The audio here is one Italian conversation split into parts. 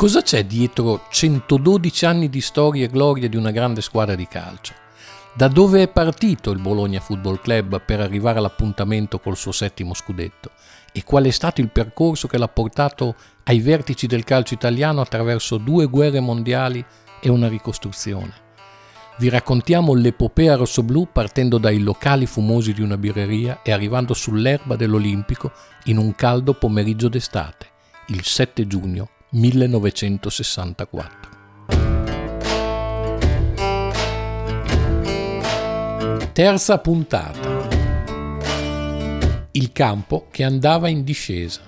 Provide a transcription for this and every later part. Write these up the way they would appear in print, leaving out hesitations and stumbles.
Cosa c'è dietro 112 anni di storia e gloria di una grande squadra di calcio? Da dove è partito il Bologna Football Club per arrivare all'appuntamento col suo 7° scudetto? E qual è stato il percorso che l'ha portato ai vertici del calcio italiano attraverso 2 guerre mondiali e una ricostruzione? Vi raccontiamo l'epopea rossoblù partendo dai locali fumosi di una birreria e arrivando sull'erba dell'Olimpico in un caldo pomeriggio d'estate, il 7 giugno 1964. Terza puntata. Il campo che andava in discesa.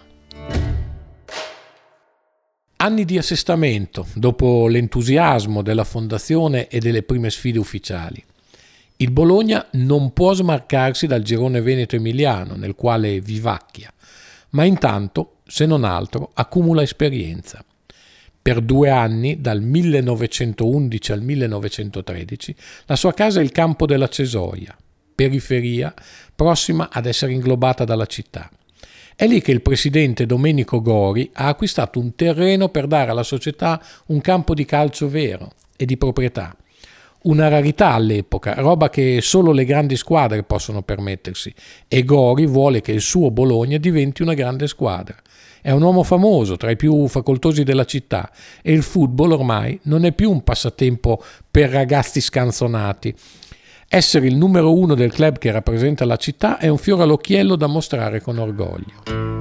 Anni di assestamento dopo l'entusiasmo della fondazione e delle prime sfide ufficiali. Il Bologna non può smarcarsi dal girone veneto-emiliano nel quale vivacchia, ma intanto, se non altro, accumula esperienza. Per 2 anni, dal 1911 al 1913, la sua casa è il campo della Cesoia, periferia prossima ad essere inglobata dalla città. È lì che il presidente Domenico Gori ha acquistato un terreno per dare alla società un campo di calcio vero e di proprietà. Una rarità all'epoca, roba che solo le grandi squadre possono permettersi, e Gori vuole che il suo Bologna diventi una grande squadra. È un uomo famoso, tra i più facoltosi della città, e il football ormai non è più un passatempo per ragazzi scanzonati. Essere il numero 1 del club che rappresenta la città è un fiore all'occhiello da mostrare con orgoglio.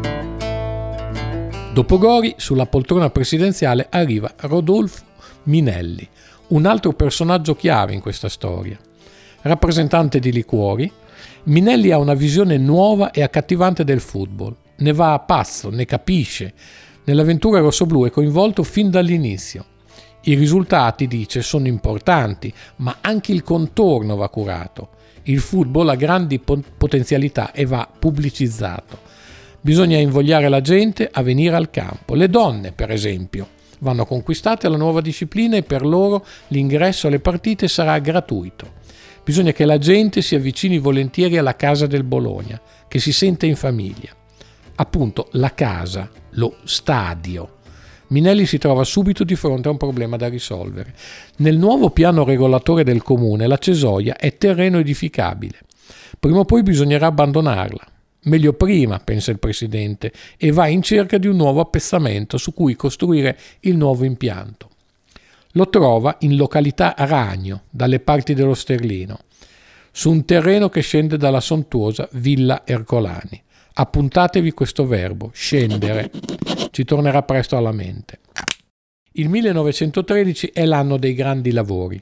Dopo Gori, sulla poltrona presidenziale arriva Rodolfo Minelli, un altro personaggio chiave in questa storia. Rappresentante di liquori, Minelli ha una visione nuova e accattivante del football. Ne va a pazzo, ne capisce. Nell'avventura rossoblù è coinvolto fin dall'inizio. I risultati, dice, sono importanti, ma anche il contorno va curato. Il football ha grandi potenzialità e va pubblicizzato. Bisogna invogliare la gente a venire al campo. Le donne, per esempio, vanno conquistate alla nuova disciplina e per loro l'ingresso alle partite sarà gratuito. Bisogna che la gente si avvicini volentieri alla casa del Bologna, che si sente in famiglia. Appunto, la casa, lo stadio. Minelli si trova subito di fronte a un problema da risolvere. Nel nuovo piano regolatore del comune la Cesoia è terreno edificabile. Prima o poi bisognerà abbandonarla. Meglio prima, pensa il presidente, e va in cerca di un nuovo appezzamento su cui costruire il nuovo impianto. Lo trova in località Ragno, dalle parti dello Sterlino, su un terreno che scende dalla sontuosa Villa Ercolani. Appuntatevi questo verbo, scendere, ci tornerà presto alla mente. Il 1913 è l'anno dei grandi lavori.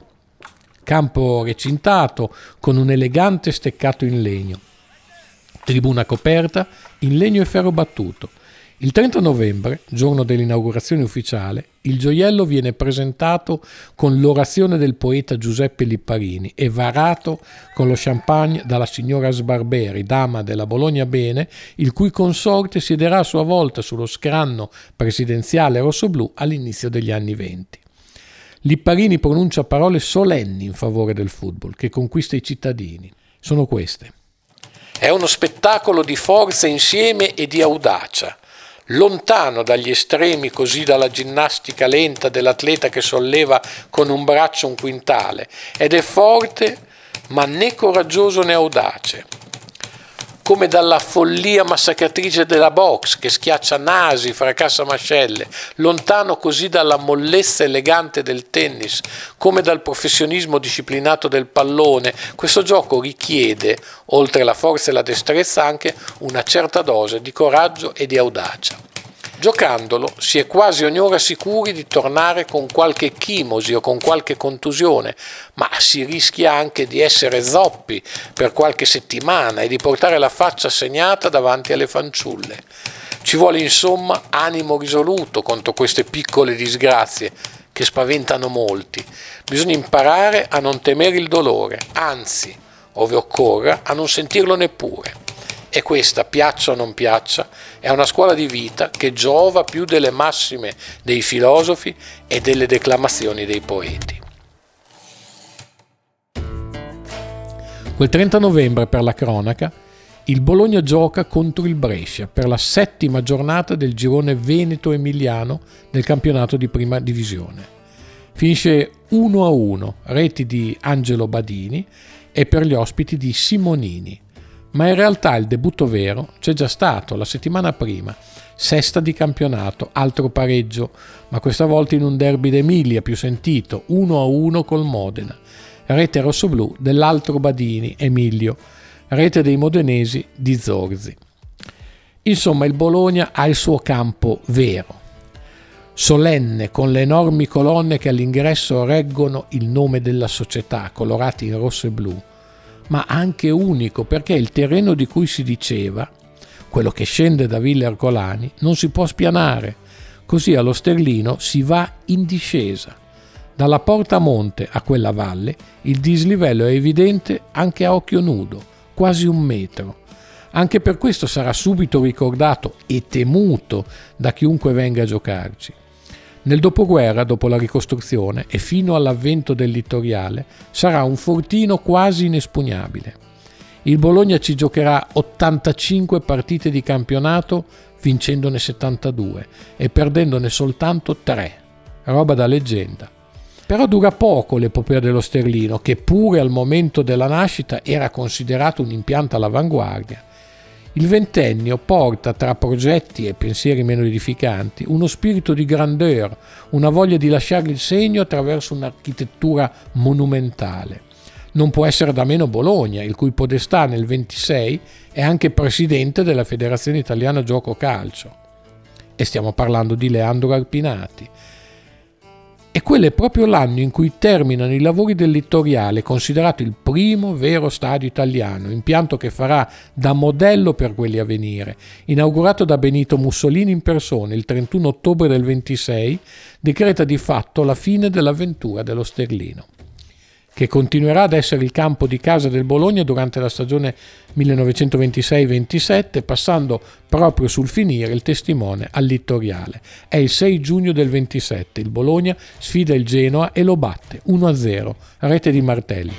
Campo recintato con un elegante steccato in legno. Tribuna coperta in legno e ferro battuto. Il 30 novembre, giorno dell'inaugurazione ufficiale, il gioiello viene presentato con l'orazione del poeta Giuseppe Lipparini e varato con lo champagne dalla signora Sbarberi, dama della Bologna Bene, il cui consorte siederà a sua volta sullo scranno presidenziale rossoblù all'inizio degli anni 20. Lipparini pronuncia parole solenni in favore del football che conquista i cittadini. Sono queste. È uno spettacolo di forza insieme e di audacia. Lontano dagli estremi, così dalla ginnastica lenta dell'atleta che solleva con un braccio un quintale, ed è forte ma né coraggioso né audace, come dalla follia massacratrice della box che schiaccia nasi, fracassa mascelle, lontano così dalla mollezza elegante del tennis, come dal professionismo disciplinato del pallone. Questo gioco richiede, oltre la forza e la destrezza, anche una certa dose di coraggio e di audacia. Giocandolo si è quasi ogni ora sicuri di tornare con qualche chimosi o con qualche contusione, ma si rischia anche di essere zoppi per qualche settimana e di portare la faccia segnata davanti alle fanciulle. Ci vuole insomma animo risoluto contro queste piccole disgrazie che spaventano molti. Bisogna imparare a non temere il dolore, anzi, ove occorra, a non sentirlo neppure. E questa, piaccia o non piaccia, è una scuola di vita che giova più delle massime dei filosofi e delle declamazioni dei poeti. Quel 30 novembre, per la cronaca, il Bologna gioca contro il Brescia per la 7ª giornata del girone veneto-emiliano del campionato di prima divisione. Finisce 1-1, reti di Angelo Badini e per gli ospiti di Simonini. Ma in realtà il debutto vero c'è già stato la settimana prima, 6ª di campionato, altro pareggio, ma questa volta in un derby d'Emilia più sentito, 1-1 col Modena. Rete rossoblù dell'altro Badini, Emilio, rete dei modenesi di Zorzi. Insomma, il Bologna ha il suo campo vero, solenne, con le enormi colonne che all'ingresso reggono il nome della società, colorati in rosso e blu, ma anche unico perché il terreno di cui si diceva, quello che scende da Villa Ercolani, non si può spianare, così allo Sterlino si va in discesa. Dalla porta a monte a quella valle il dislivello è evidente anche a occhio nudo, quasi 1 metro. Anche per questo sarà subito ricordato e temuto da chiunque venga a giocarci. Nel dopoguerra, dopo la ricostruzione e fino all'avvento del littoriale, sarà un fortino quasi inespugnabile. Il Bologna ci giocherà 85 partite di campionato, vincendone 72 e perdendone soltanto 3. Roba da leggenda. Però dura poco l'epopea dello Sterlino, che pure al momento della nascita era considerato un impianto all'avanguardia. Il ventennio porta, tra progetti e pensieri meno edificanti, uno spirito di grandeur, una voglia di lasciare il segno attraverso un'architettura monumentale. Non può essere da meno Bologna, il cui podestà nel 26 è anche presidente della Federazione Italiana Gioco Calcio. E stiamo parlando di Leandro Arpinati. E quello è proprio l'anno in cui terminano i lavori del Littoriale, considerato il primo vero stadio italiano, impianto che farà da modello per quelli a venire. Inaugurato da Benito Mussolini in persona il 31 ottobre del 26, decreta di fatto la fine dell'avventura dello Sterlino, che continuerà ad essere il campo di casa del Bologna durante la stagione 1926-27, passando proprio sul finire il testimone al Littoriale. È il 6 giugno del 27, il Bologna sfida il Genoa e lo batte 1-0, rete di Martelli.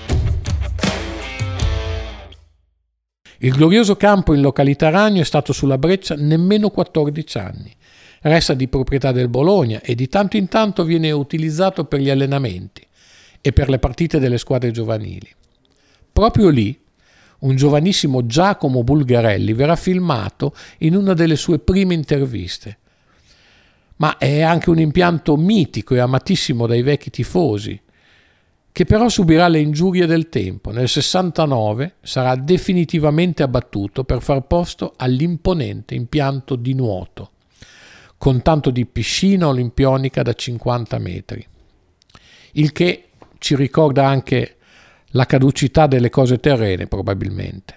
Il glorioso campo in località Ragno è stato sulla breccia nemmeno 14 anni. Resta di proprietà del Bologna e di tanto in tanto viene utilizzato per gli allenamenti e per le partite delle squadre giovanili. Proprio lì, un giovanissimo Giacomo Bulgarelli verrà filmato in una delle sue prime interviste. Ma è anche un impianto mitico e amatissimo dai vecchi tifosi, che però subirà le ingiurie del tempo. Nel 69 sarà definitivamente abbattuto per far posto all'imponente impianto di nuoto, con tanto di piscina olimpionica da 50 metri. Il che ci ricorda anche la caducità delle cose terrene, probabilmente.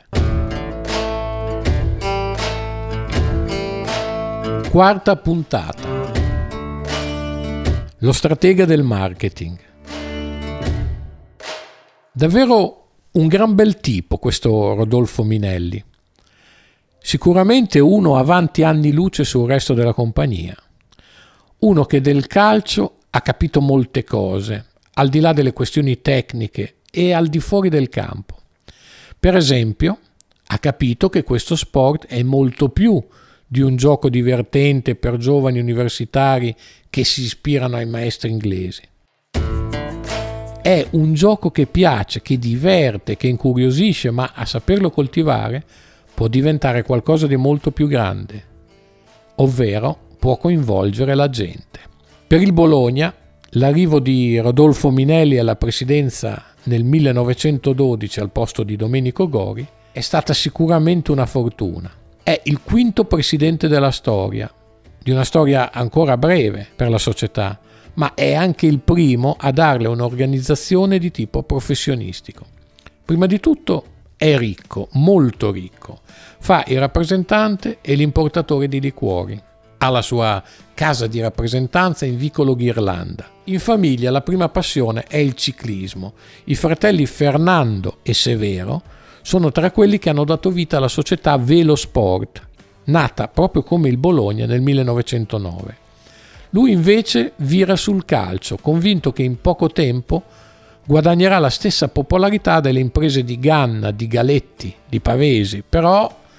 Quarta puntata. Lo stratega del marketing. Davvero un gran bel tipo questo Rodolfo Minelli. Sicuramente uno avanti anni luce sul resto della compagnia. Uno che del calcio ha capito molte cose, al di là delle questioni tecniche e al di fuori del campo. Per esempio, ha capito che questo sport è molto più di un gioco divertente per giovani universitari che si ispirano ai maestri inglesi. È un gioco che piace, che diverte, che incuriosisce, ma a saperlo coltivare può diventare qualcosa di molto più grande, ovvero può coinvolgere la gente. Per il Bologna, l'arrivo di Rodolfo Minelli alla presidenza nel 1912 al posto di Domenico Gori è stata sicuramente una fortuna. È il quinto presidente della storia, di una storia ancora breve per la società, ma è anche il primo a darle un'organizzazione di tipo professionistico. Prima di tutto è ricco, molto ricco. Fa il rappresentante e l'importatore di liquori. Ha la sua casa di rappresentanza in vicolo Ghirlanda. In famiglia la prima passione è il ciclismo. I fratelli Fernando e Severo sono tra quelli che hanno dato vita alla società Velo Sport, nata proprio come il Bologna nel 1909. Lui invece vira sul calcio, convinto che in poco tempo guadagnerà la stessa popolarità delle imprese di Ganna, di Galetti, di Pavesi, però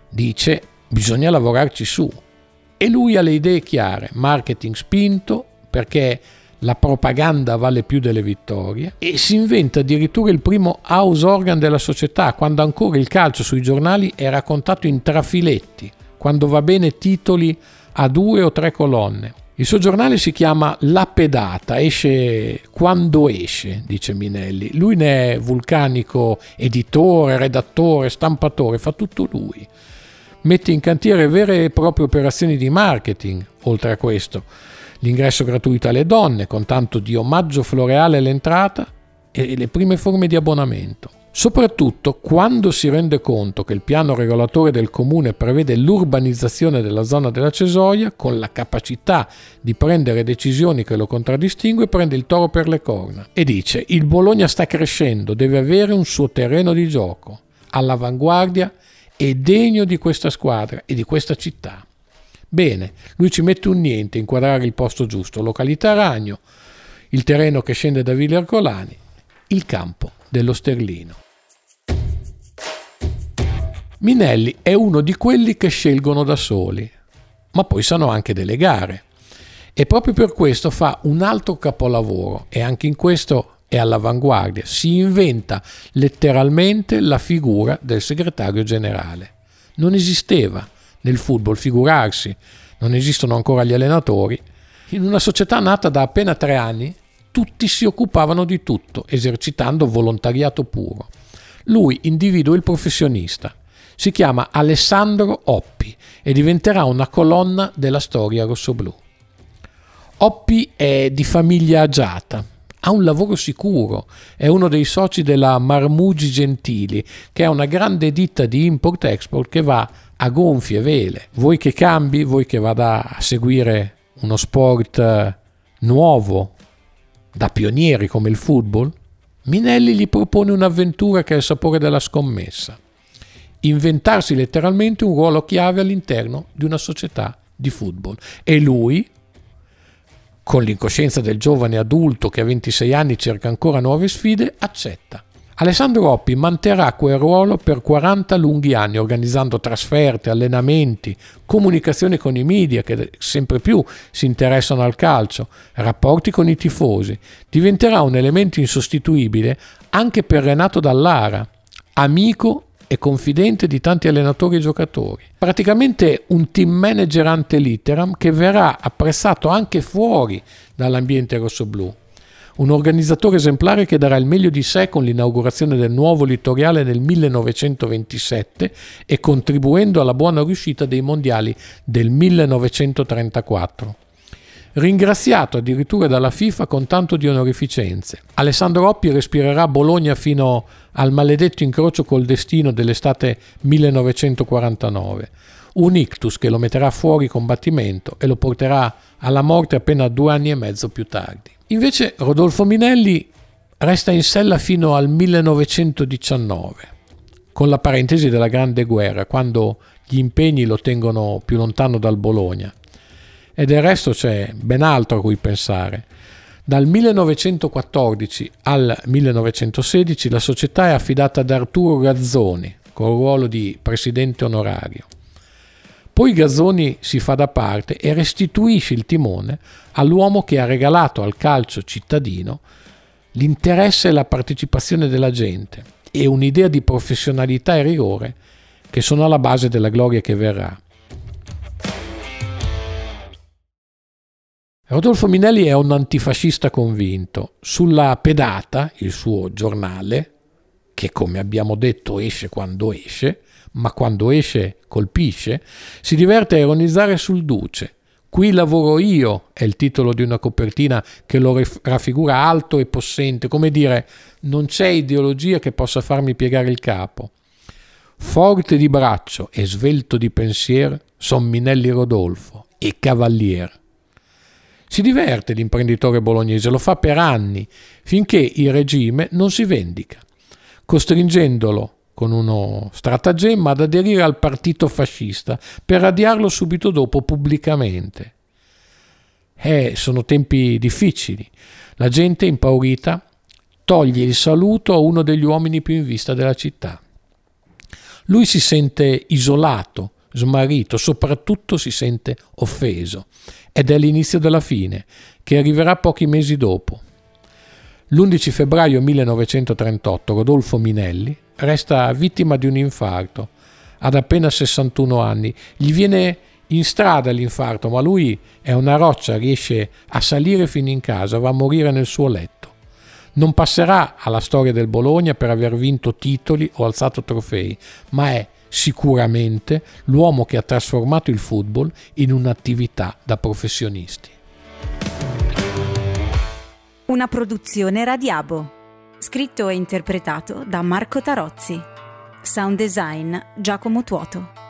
dice bisogna lavorarci su. E lui ha le idee chiare, marketing spinto, perché la propaganda vale più delle vittorie, e si inventa addirittura il primo house organ della società, quando ancora il calcio sui giornali è raccontato in trafiletti, quando va bene titoli a 2 o 3 colonne. Il suo giornale si chiama La Pedata, esce quando esce, dice Minelli. Lui ne è vulcanico editore, redattore, stampatore, fa tutto lui. Mette in cantiere vere e proprie operazioni di marketing, oltre a questo. L'ingresso gratuito alle donne, con tanto di omaggio floreale all'entrata, e le prime forme di abbonamento. Soprattutto quando si rende conto che il piano regolatore del comune prevede l'urbanizzazione della zona della Cesoia, con la capacità di prendere decisioni che lo contraddistingue, prende il toro per le corna e dice: il Bologna sta crescendo, deve avere un suo terreno di gioco all'avanguardia e degno di questa squadra e di questa città. Bene, lui ci mette un niente a inquadrare il posto giusto: località Ragno, il terreno che scende da Villa Ercolani, il campo dello Sterlino. Minelli è uno di quelli che scelgono da soli, ma poi sanno anche delegare, e proprio per questo fa un altro capolavoro, e anche in questo è all'avanguardia. Si inventa letteralmente la figura del segretario generale. Non esisteva nel football, figurarsi, non esistono ancora gli allenatori. In una società nata da appena 3 anni, tutti si occupavano di tutto, esercitando volontariato puro. Lui individua il professionista. Si chiama Alessandro Oppi e diventerà una colonna della storia rossoblù. Oppi è di famiglia agiata, ha un lavoro sicuro, è uno dei soci della Marmugi Gentili, che è una grande ditta di import-export che va a gonfie vele. Vuoi che cambi, vuoi che vada a seguire uno sport nuovo, da pionieri come il football? Minelli gli propone un'avventura che ha il sapore della scommessa: inventarsi letteralmente un ruolo chiave all'interno di una società di football. E lui, con l'incoscienza del giovane adulto che a 26 anni cerca ancora nuove sfide, accetta. Alessandro Oppi manterrà quel ruolo per 40 lunghi anni, organizzando trasferte, allenamenti, comunicazioni con i media che sempre più si interessano al calcio, rapporti con i tifosi. Diventerà un elemento insostituibile anche per Renato Dallara, amico e confidente di tanti allenatori e giocatori. Praticamente un team manager ante litteram che verrà apprezzato anche fuori dall'ambiente rossoblù. Un organizzatore esemplare che darà il meglio di sé con l'inaugurazione del nuovo Littoriale nel 1927 e contribuendo alla buona riuscita dei mondiali del 1934. Ringraziato addirittura dalla FIFA con tanto di onorificenze. Alessandro Oppi respirerà Bologna fino al maledetto incrocio col destino dell'estate 1949. Un ictus che lo metterà fuori combattimento e lo porterà alla morte appena 2 anni e mezzo più tardi. Invece Rodolfo Minelli resta in sella fino al 1919, con la parentesi della Grande Guerra, quando gli impegni lo tengono più lontano dal Bologna. E del resto c'è ben altro a cui pensare. Dal 1914 al 1916 la società è affidata ad Arturo Gazzoni, con il ruolo di presidente onorario. Poi Gazzoni si fa da parte e restituisce il timone all'uomo che ha regalato al calcio cittadino l'interesse e la partecipazione della gente e un'idea di professionalità e rigore che sono alla base della gloria che verrà. Rodolfo Minelli è un antifascista convinto. Sulla Pedata, il suo giornale, che come abbiamo detto esce quando esce, ma quando esce colpisce, si diverte a ironizzare sul Duce. Qui lavoro io è il titolo di una copertina che lo raffigura alto e possente, come dire, non c'è ideologia che possa farmi piegare il capo. Forte di braccio e svelto di pensiero son Minelli Rodolfo e cavalier. Si diverte l'imprenditore bolognese, lo fa per anni, finché il regime non si vendica, costringendolo con uno stratagemma ad aderire al partito fascista per radiarlo subito dopo pubblicamente. Sono tempi difficili. La gente impaurita toglie il saluto a uno degli uomini più in vista della città. Lui si sente isolato, smarrito, soprattutto si sente offeso. Ed è l'inizio della fine, che arriverà pochi mesi dopo. L'11 febbraio 1938 Rodolfo Minelli resta vittima di un infarto. Ad appena 61 anni. Gli viene in strada l'infarto, ma lui è una roccia, riesce a salire fino in casa, va a morire nel suo letto. Non passerà alla storia del Bologna per aver vinto titoli o alzato trofei, ma è sicuramente l'uomo che ha trasformato il football in un'attività da professionisti. Una produzione Radiabo. Scritto e interpretato da Marco Tarozzi. Sound design Giacomo Tuoto.